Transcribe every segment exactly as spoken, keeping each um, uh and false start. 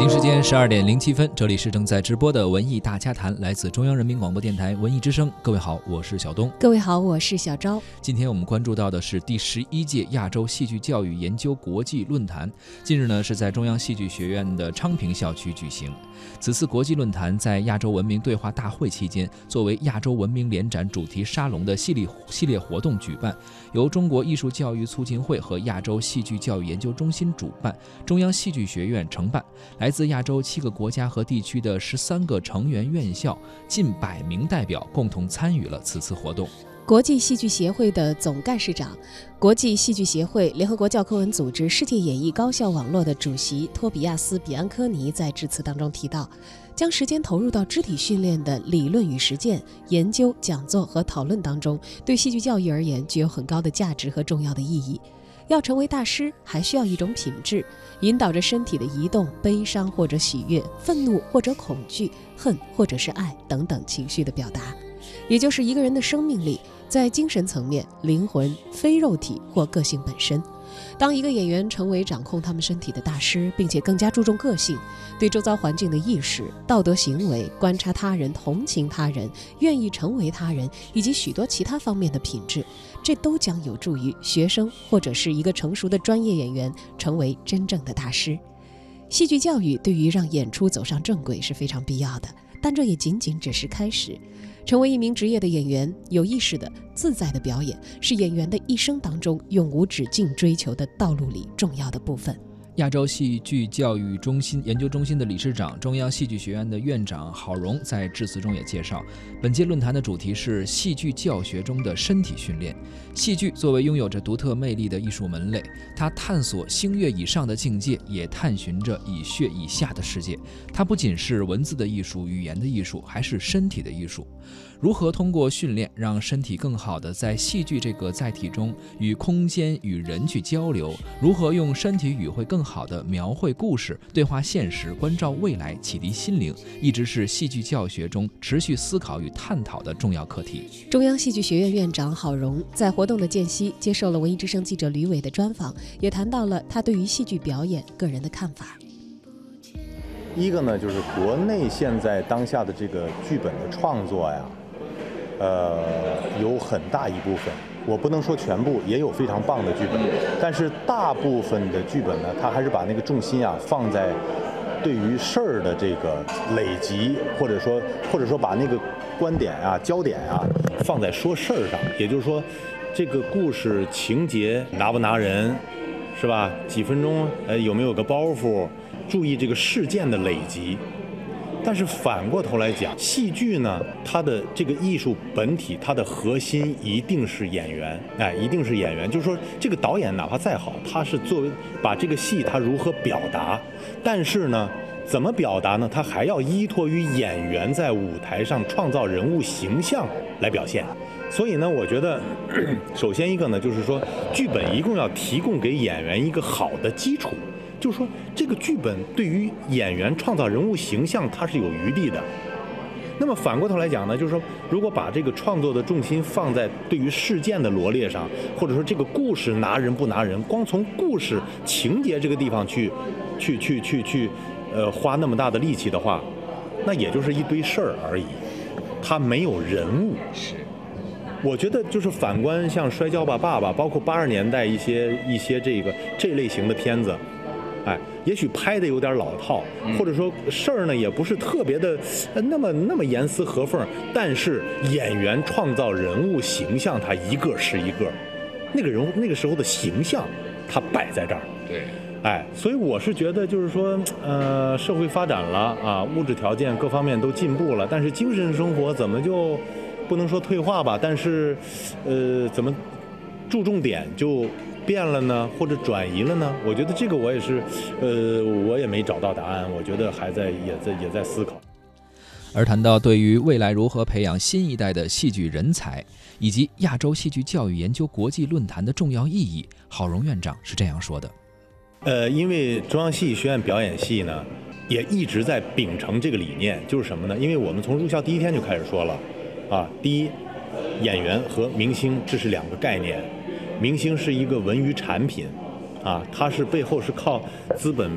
京时间十二点零七分，这里是正在直播的文艺大家谈，来自中央人民广播电台文艺之声。各位好，我是小东。 各位好，我是小昭。 今天我们关注到的是第十一届亚洲戏剧教育研究国际论坛，近日呢是在中央戏剧学院的昌平校区举行。此次国际论坛在亚洲文明对话大会期间，作为亚洲文明联展主题沙龙的系列系列活动举办，由中国艺术教育促进会和亚洲戏剧教育研究中心主办，中央戏剧学院承办。来自亚洲七个国家和地区的十三个成员院校，近百名代表共同参与了此次活动。 国际戏剧协会的总干事长、国际戏剧协会、联合国教科文组织世界演艺高校网络的主席托比亚斯·比安科尼在致辞当中提到，将时间投入到肢体训练的理论与实践、研究、讲座和讨论当中，对戏剧教育而言具有很高的价值和重要的意义。要成为大师，还需要一种品质，引导着身体的移动、悲伤或者喜悦、愤怒或者恐惧、恨或者是爱等等情绪的表达，也就是一个人的生命力在精神层面、灵魂、非肉体或个性本身。当一个演员成为掌控他们身体的大师，并且更加注重个性、对周遭环境的意识、道德行为、观察他人、同情他人、愿意成为他人，以及许多其他方面的品质，这都将有助于学生或者是一个成熟的专业演员成为真正的大师。戏剧教育对于让演出走上正轨是非常必要的，但这也仅仅只是开始。成为一名职业的演员，有意识的、自在的表演，是演员的一生当中永无止境追求的道路里重要的部分。 亚洲戏剧教育中心研究中心的理事长、中央戏剧学院的院长郝荣在致辞中也介绍，本届论坛的主题是戏剧教学中的身体训练。戏剧作为拥有着独特魅力的艺术门类，它探索星月以上的境界，也探寻着以血以下的世界。它不仅是文字的艺术、语言的艺术，还是身体的艺术。如何通过训练让身体更好地在戏剧这个载体中与空间与人去交流，如何用身体语汇更好地描绘故事、对话现实、关照未来、启迪心灵，一直是戏剧教学中持续思考与探讨的重要课题。 中央戏剧学院院长郝荣在活动的间隙接受了文艺之声记者吕伟的专访，也谈到了他对于戏剧表演个人的看法。 一个呢，就是国内现在当下的这个剧本的创作呀，呃，有很大一部分，我不能说全部，也有非常棒的剧本，但是大部分的剧本呢，它还是把那个重心啊放在对于事儿的这个累积，或者说或者说把那个观点啊、焦点啊放在说事儿上，也就是说，这个故事情节拿不拿人，是吧？几分钟，呃，有没有个包袱？注意这个事件的累积。但是反过头来讲，戏剧呢，它的这个艺术本体，它的核心一定是演员，哎，一定是演员。就是说，这个导演哪怕再好，他是作为把这个戏他如何表达，但是呢，怎么表达呢？他还要依托于演员在舞台上创造人物形象来表现。所以呢，我觉得，首先一个呢，就是说，剧本一共要提供给演员一个好的基础。就是说，这个剧本对于演员创造人物形象，它是有余地的。那么反过头来讲呢，就是说，如果把这个创作的重心放在对于事件的罗列上，或者说这个故事拿人不拿人，光从故事情节这个地方去，去去去去，呃，花那么大的力气的话，那也就是一堆事儿而已，它没有人物。 是。 我觉得就是反观像《摔跤吧，爸爸》，包括八十年代一些一些这个这类型的片子。哎，也许拍的有点老套，或者说事儿呢也不是特别的那么那么严丝合缝，但是演员创造人物形象，他一个是一个，那个人物那个时候的形象，他摆在这儿。 对， 哎，所以我是觉得就是说，呃，社会发展了啊，物质条件各方面都进步了，但是精神生活怎么就不能说退化吧？但是，呃，怎么注重点就变了呢，或者转移了呢？我觉得这个我也是，呃，我也没找到答案，我觉得还在也在也在思考。 而谈到对于未来如何培养新一代的戏剧人才，以及亚洲戏剧教育研究国际论坛的重要意义，郝荣院长是这样说的： 呃，因为中央戏剧学院表演系呢，也一直在秉承这个理念，就是什么呢？因为我们从入校第一天就开始说了，啊，第一，演员和明星这是两个概念。明星是一个文娱产品，啊，它是背后是靠资本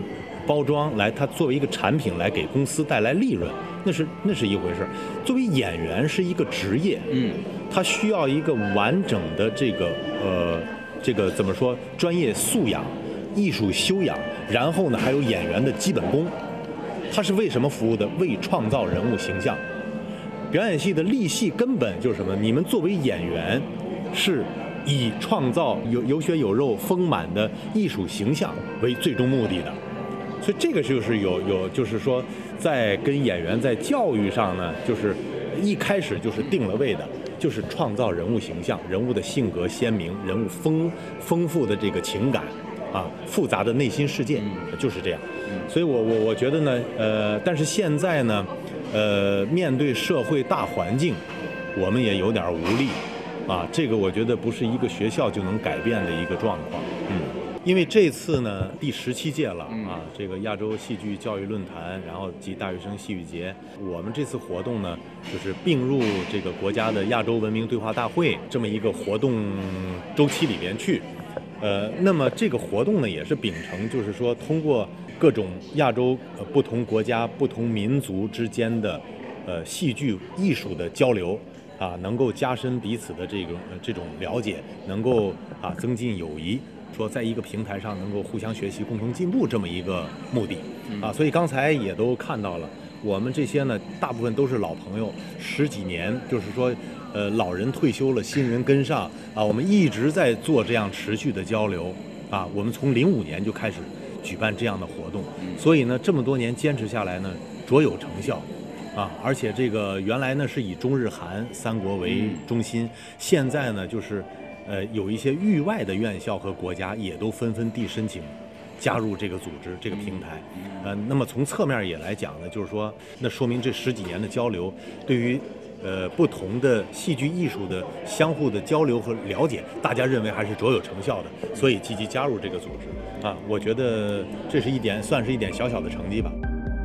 包装来，它作为一个产品来给公司带来利润，那是那是一回事。作为演员是一个职业，嗯，他需要一个完整的这个呃这个怎么说专业素养、艺术修养，然后呢还有演员的基本功。他是为什么服务的？为创造人物形象。表演系的立系根本就是什么？你们作为演员，是以创造有有血有肉、丰满的艺术形象为最终目的的。所以这个就是有有，就是说，在跟演员在教育上呢，就是一开始就是定了位的，就是创造人物形象、人物的性格鲜明、人物丰丰富的这个情感啊，复杂的内心世界，就是这样。所以我我我觉得呢，呃，但是现在呢，呃，面对社会大环境，我们也有点无力啊。这个我觉得不是一个学校就能改变的一个状况，嗯。因为这次呢，第十七届了啊，这个亚洲戏剧教育论坛，然后及大学生戏剧节，我们这次活动呢，就是并入这个国家的亚洲文明对话大会这么一个活动周期里边去。呃，那么这个活动呢，也是秉承就是说，通过各种亚洲呃不同国家、不同民族之间的呃戏剧艺术的交流。啊，能够加深彼此的这种、呃、这种了解，能够啊增进友谊，说在一个平台上能够互相学习、共同进步这么一个目的啊。所以刚才也都看到了，我们这些呢，大部分都是老朋友，十几年，就是说，呃，老人退休了，新人跟上啊，我们一直在做这样持续的交流啊。我们从零五年就开始举办这样的活动，所以呢，这么多年坚持下来呢，卓有成效。啊，而且这个原来呢是以中日韩三国为中心，现在呢就是，呃，有一些域外的院校和国家也都纷纷地申请加入这个组织、这个平台。呃，那么从侧面也来讲呢，就是说，那说明这十几年的交流，对于呃不同的戏剧艺术的相互的交流和了解，大家认为还是卓有成效的，所以积极加入这个组织。啊，我觉得这是一点，算是一点小小的成绩吧。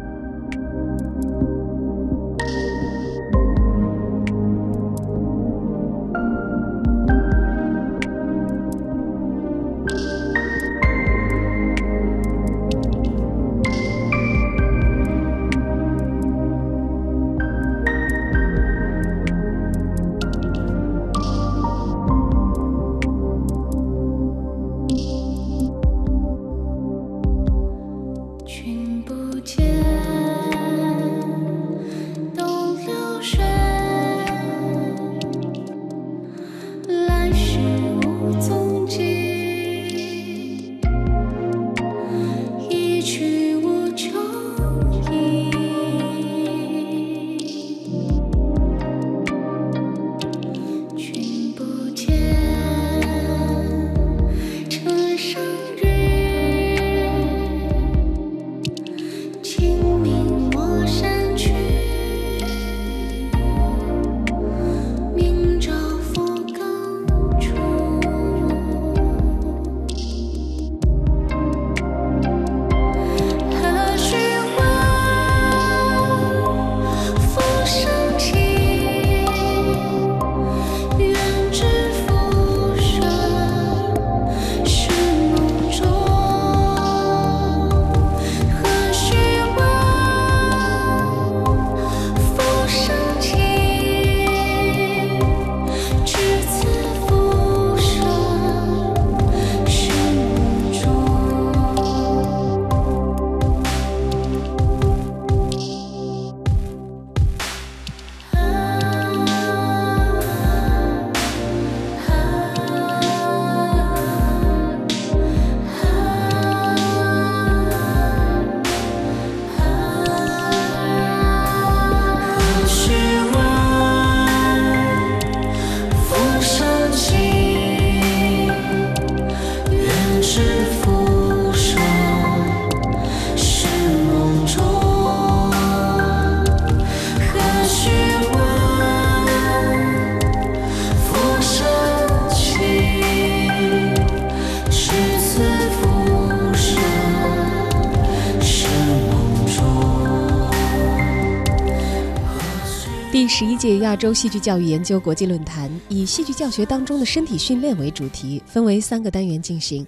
第十一届亚洲戏剧教育研究国际论坛以戏剧教学当中的身体训练为主题，分为三个单元进行。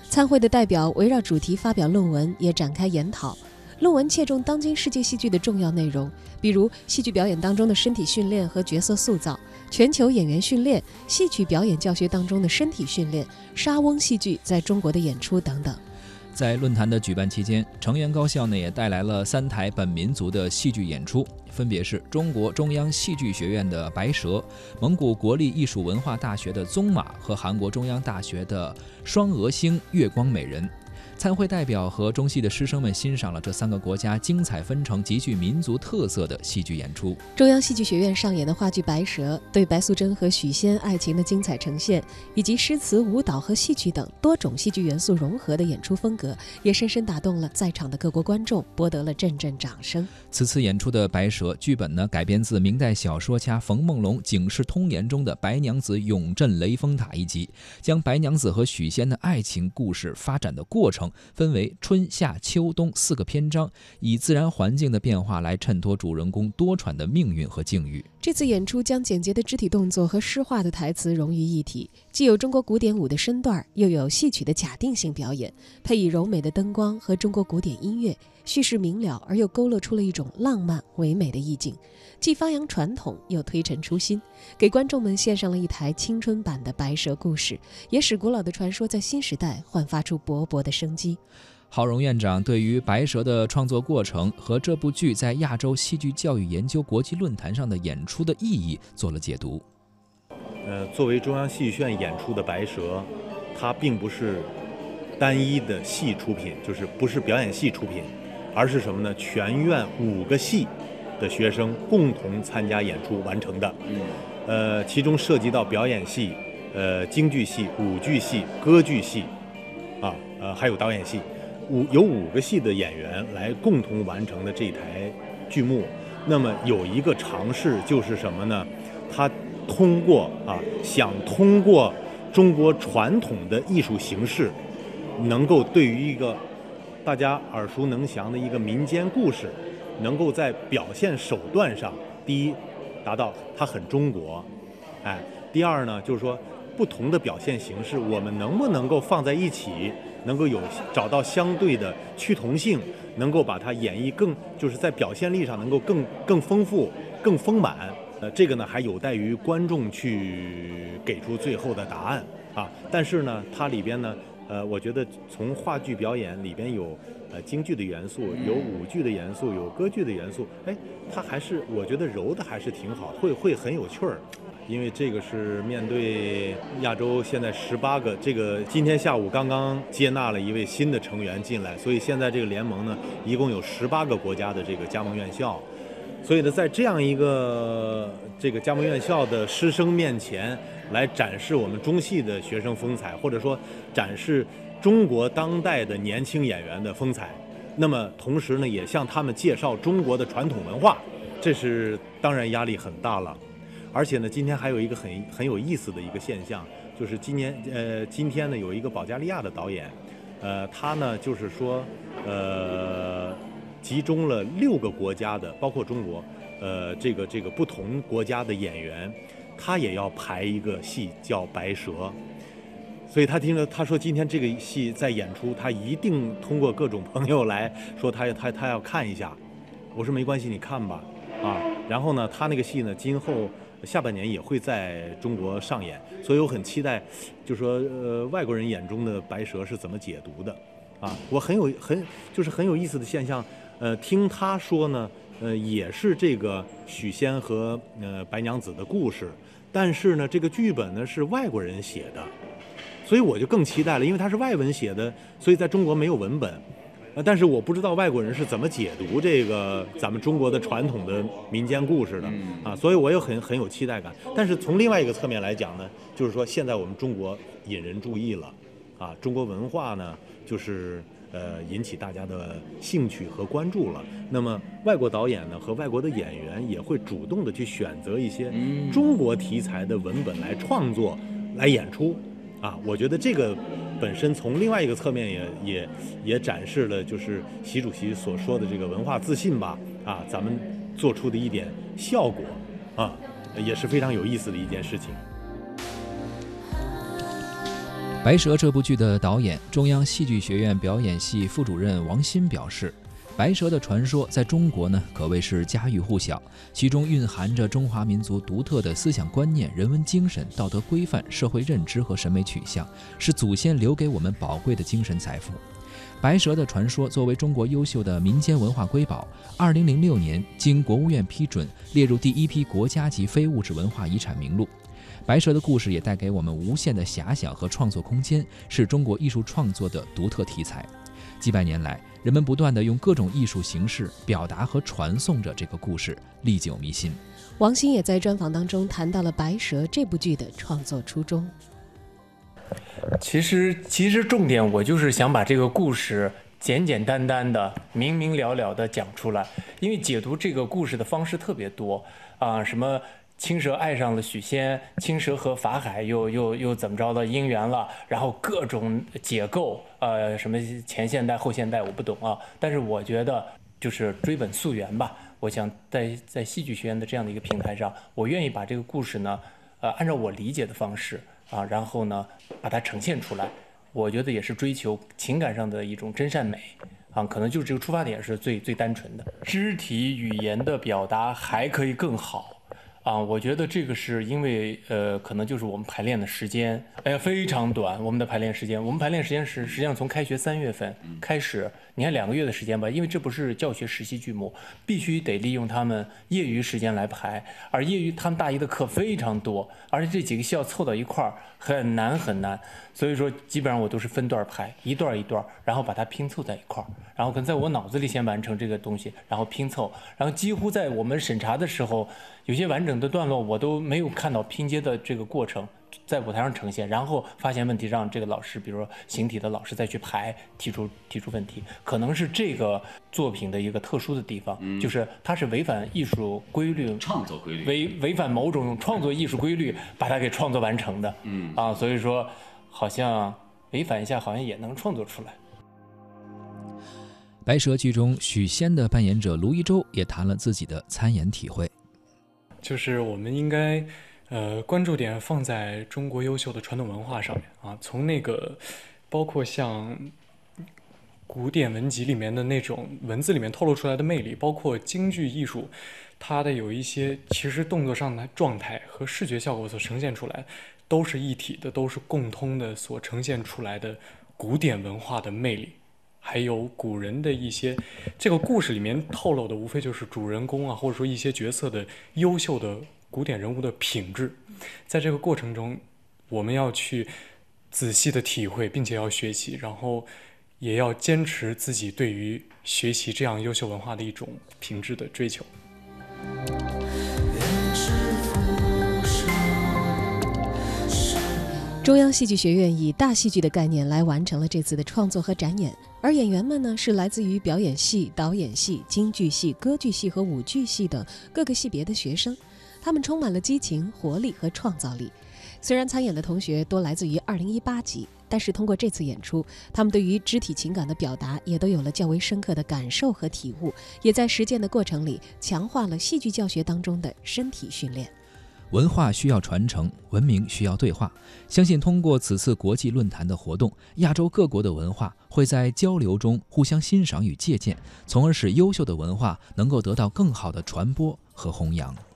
参会的代表围绕主题发表论文，也展开研讨。论文切中当今世界戏剧的重要内容，比如戏剧表演当中的身体训练和角色塑造、全球演员训练、戏曲表演教学当中的身体训练、沙翁戏剧在中国的演出等等。 在论坛的举办期间，成员高校呢也带来了三台本民族的戏剧演出，分别是中国中央戏剧学院的《白蛇》、蒙古国立艺术文化大学的《宗马》和韩国中央大学的《双娥星月光美人》。参会代表和中戏的师生们欣赏了这三个国家精彩纷呈、极具民族特色的戏剧演出。 中央戏剧学院上演的话剧《白蛇》，对白素贞和许仙爱情的精彩呈现，以及诗词、舞蹈和戏曲等多种戏剧元素融合的演出风格，也深深打动了在场的各国观众，博得了阵阵掌声。 此次演出的《白蛇》剧本呢，改编自明代小说家冯梦龙《警世通言》中的白娘子永镇雷峰塔一集，将白娘子和许仙的爱情故事发展的过程分为春夏秋冬四个篇章，以自然环境的变化来衬托主人公多舛的命运和境遇。 这次演出将简洁的肢体动作和诗化的台词融于一体，既有中国古典舞的身段，又有戏曲的假定性表演，配以柔美的灯光和中国古典音乐，叙事明了而又勾勒出了一种浪漫唯美的意境，既发扬传统又推陈出新，给观众们献上了一台青春版的白蛇故事，也使古老的传说在新时代焕发出勃勃的生机。 郝荣院长对于《白蛇》的创作过程和这部剧在亚洲戏剧教育研究国际论坛上的演出的意义做了解读。 呃，作为中央戏剧学院演出的《白蛇》，它并不是单一的戏出品，就是不是表演系出品，而是什么呢？全院五个系的学生共同参加演出完成的。呃，其中涉及到表演系、呃京剧系、舞剧系、歌剧系，啊，呃还有导演系。五有五个系的演员来共同完成的这台剧目，那么有一个尝试就是什么呢？他通过啊，想通过中国传统的艺术形式，能够对于一个大家耳熟能详的一个民间故事，能够在表现手段上，第一达到它很中国，哎，第二呢就是说不同的表现形式，我们能不能够放在一起？能够有找到相对的趋同性，能够把它演绎更就是在表现力上能够更更丰富、更丰满。呃，这个呢还有待于观众去给出最后的答案啊。但是呢，它里边呢，呃，我觉得从话剧表演里边有呃京剧的元素，有舞剧的元素，有歌剧的元素，哎，它还是我觉得揉的还是挺好，会会很有趣儿。因为这个是面对亚洲现在十八个，这个今天下午刚刚接纳了一位新的成员进来，所以现在这个联盟呢，一共有十八个国家的这个加盟院校，所以呢，在这样一个这个加盟院校的师生面前来展示我们中戏的学生风采，或者说展示中国当代的年轻演员的风采，那么同时呢，也向他们介绍中国的传统文化，这是当然压力很大了。而且呢，今天还有一个很很有意思的一个现象，就是今年呃今天呢有一个保加利亚的导演，呃他呢就是说呃集中了六个国家的，包括中国，呃这个这个不同国家的演员，他也要排一个戏叫《白蛇》，所以他听了他说今天这个戏在演出，他一定通过各种朋友来说他他他要看一下，我说没关系，你看吧，啊，然后呢他那个戏呢今后下半年也会在中国上演，所以我很期待，就说呃外国人眼中的白蛇是怎么解读的，啊，我很有很就是很有意思的现象，呃，听他说呢，呃，也是这个许仙和呃白娘子的故事，但是呢，这个剧本呢是外国人写的，所以我就更期待了，因为他是外文写的，所以在中国没有文本。呃，但是我不知道外国人是怎么解读这个咱们中国的传统的民间故事的啊，所以我也很很有期待感。但是从另外一个侧面来讲呢，就是说现在我们中国引人注意了，啊，中国文化呢就是呃引起大家的兴趣和关注了。那么外国导演呢和外国的演员也会主动的去选择一些中国题材的文本来创作、来演出。啊，我觉得这个本身从另外一个侧面也也也展示了，就是习主席所说的这个文化自信吧，啊，咱们做出的一点效果，啊，也是非常有意思的一件事情。 白蛇这部剧的导演、中央戏剧学院表演系副主任王鑫表示，白蛇的传说在中国呢可谓是家喻户晓，其中蕴含着中华民族独特的思想观念、人文精神、道德规范、社会认知和审美取向，是祖先留给我们宝贵的精神财富。白蛇的传说作为中国优秀的民间文化瑰宝，二零零六年经国务院批准列入第一批国家级非物质文化遗产名录。白蛇的故事也带给我们无限的遐想和创作空间，是中国艺术创作的独特题材。几百年来，人们不断地用各种艺术形式表达和传颂着这个故事，历久弥新。 王鑫也在专访当中谈到了《白蛇》这部剧的创作初衷。 其实，其实重点我就是想把这个故事简简单单的、明明了了的讲出来，因为解读这个故事的方式特别多啊，什么青蛇爱上了许仙，青蛇和法海又又又怎么着的姻缘了，然后各种解构，呃，什么前现代后现代我不懂啊，但是我觉得就是追本溯源吧。我想在在戏剧学院的这样的一个平台上，我愿意把这个故事呢，呃，按照我理解的方式啊，然后呢把它呈现出来。我觉得也是追求情感上的一种真善美。啊，可能就是这个出发点是最最单纯的，肢体语言的表达还可以更好。啊，我觉得这个是因为呃，可能就是我们排练的时间，哎呀非常短。我们的排练时间，我们排练时间是实际上从开学三月份开始，你看两个月的时间吧，因为这不是教学实习剧目，必须得利用他们业余时间来排，而业余他们大一的课非常多，而且这几个戏要凑到一块儿很难很难，所以说基本上我都是分段排，一段一段，然后把它拼凑在一块儿，然后可能在我脑子里先完成这个东西，然后拼凑，然后几乎在我们审查的时候，有些完整的段落我都没有看到拼接的这个过程，在舞台上呈现，然后发现问题让这个老师，比如说形体的老师再去排，提出提出问题，可能是这个作品的一个特殊的地方，嗯、就是它是违反艺术规律、 创作规律， 违违反某种创作艺术规律，把它给创作完成的，嗯啊，所以说好像违反一下，好像也能创作出来。 白蛇剧中许仙的扮演者卢一舟也谈了自己的参演体会， 就是我们应该呃关注点放在中国优秀的传统文化上面啊，从那个包括像古典文集里面的那种文字里面透露出来的魅力，包括京剧艺术它的有一些其实动作上的状态和视觉效果所呈现出来都是一体的，都是共通的，所呈现出来的古典文化的魅力，还有古人的一些这个故事里面透露的无非就是主人公啊，或者说一些角色的优秀的古典人物的品质。在这个过程中我们要去仔细的体会，并且要学习，然后也要坚持自己对于学习这样优秀文化的一种品质的追求。 中央戏剧学院以大戏剧的概念来完成了这次的创作和展演，而演员们呢是来自于表演系、导演系、京剧系、歌剧系和舞剧系等各个系别的学生，他们充满了激情、活力和创造力。虽然参演的同学多来自于二零一八级，但是通过这次演出，他们对于肢体情感的表达也都有了较为深刻的感受和体悟，也在实践的过程里强化了戏剧教学当中的身体训练。 文化需要传承，文明需要对话。相信通过此次国际论坛的活动，亚洲各国的文化会在交流中互相欣赏与借鉴，从而使优秀的文化能够得到更好的传播和弘扬。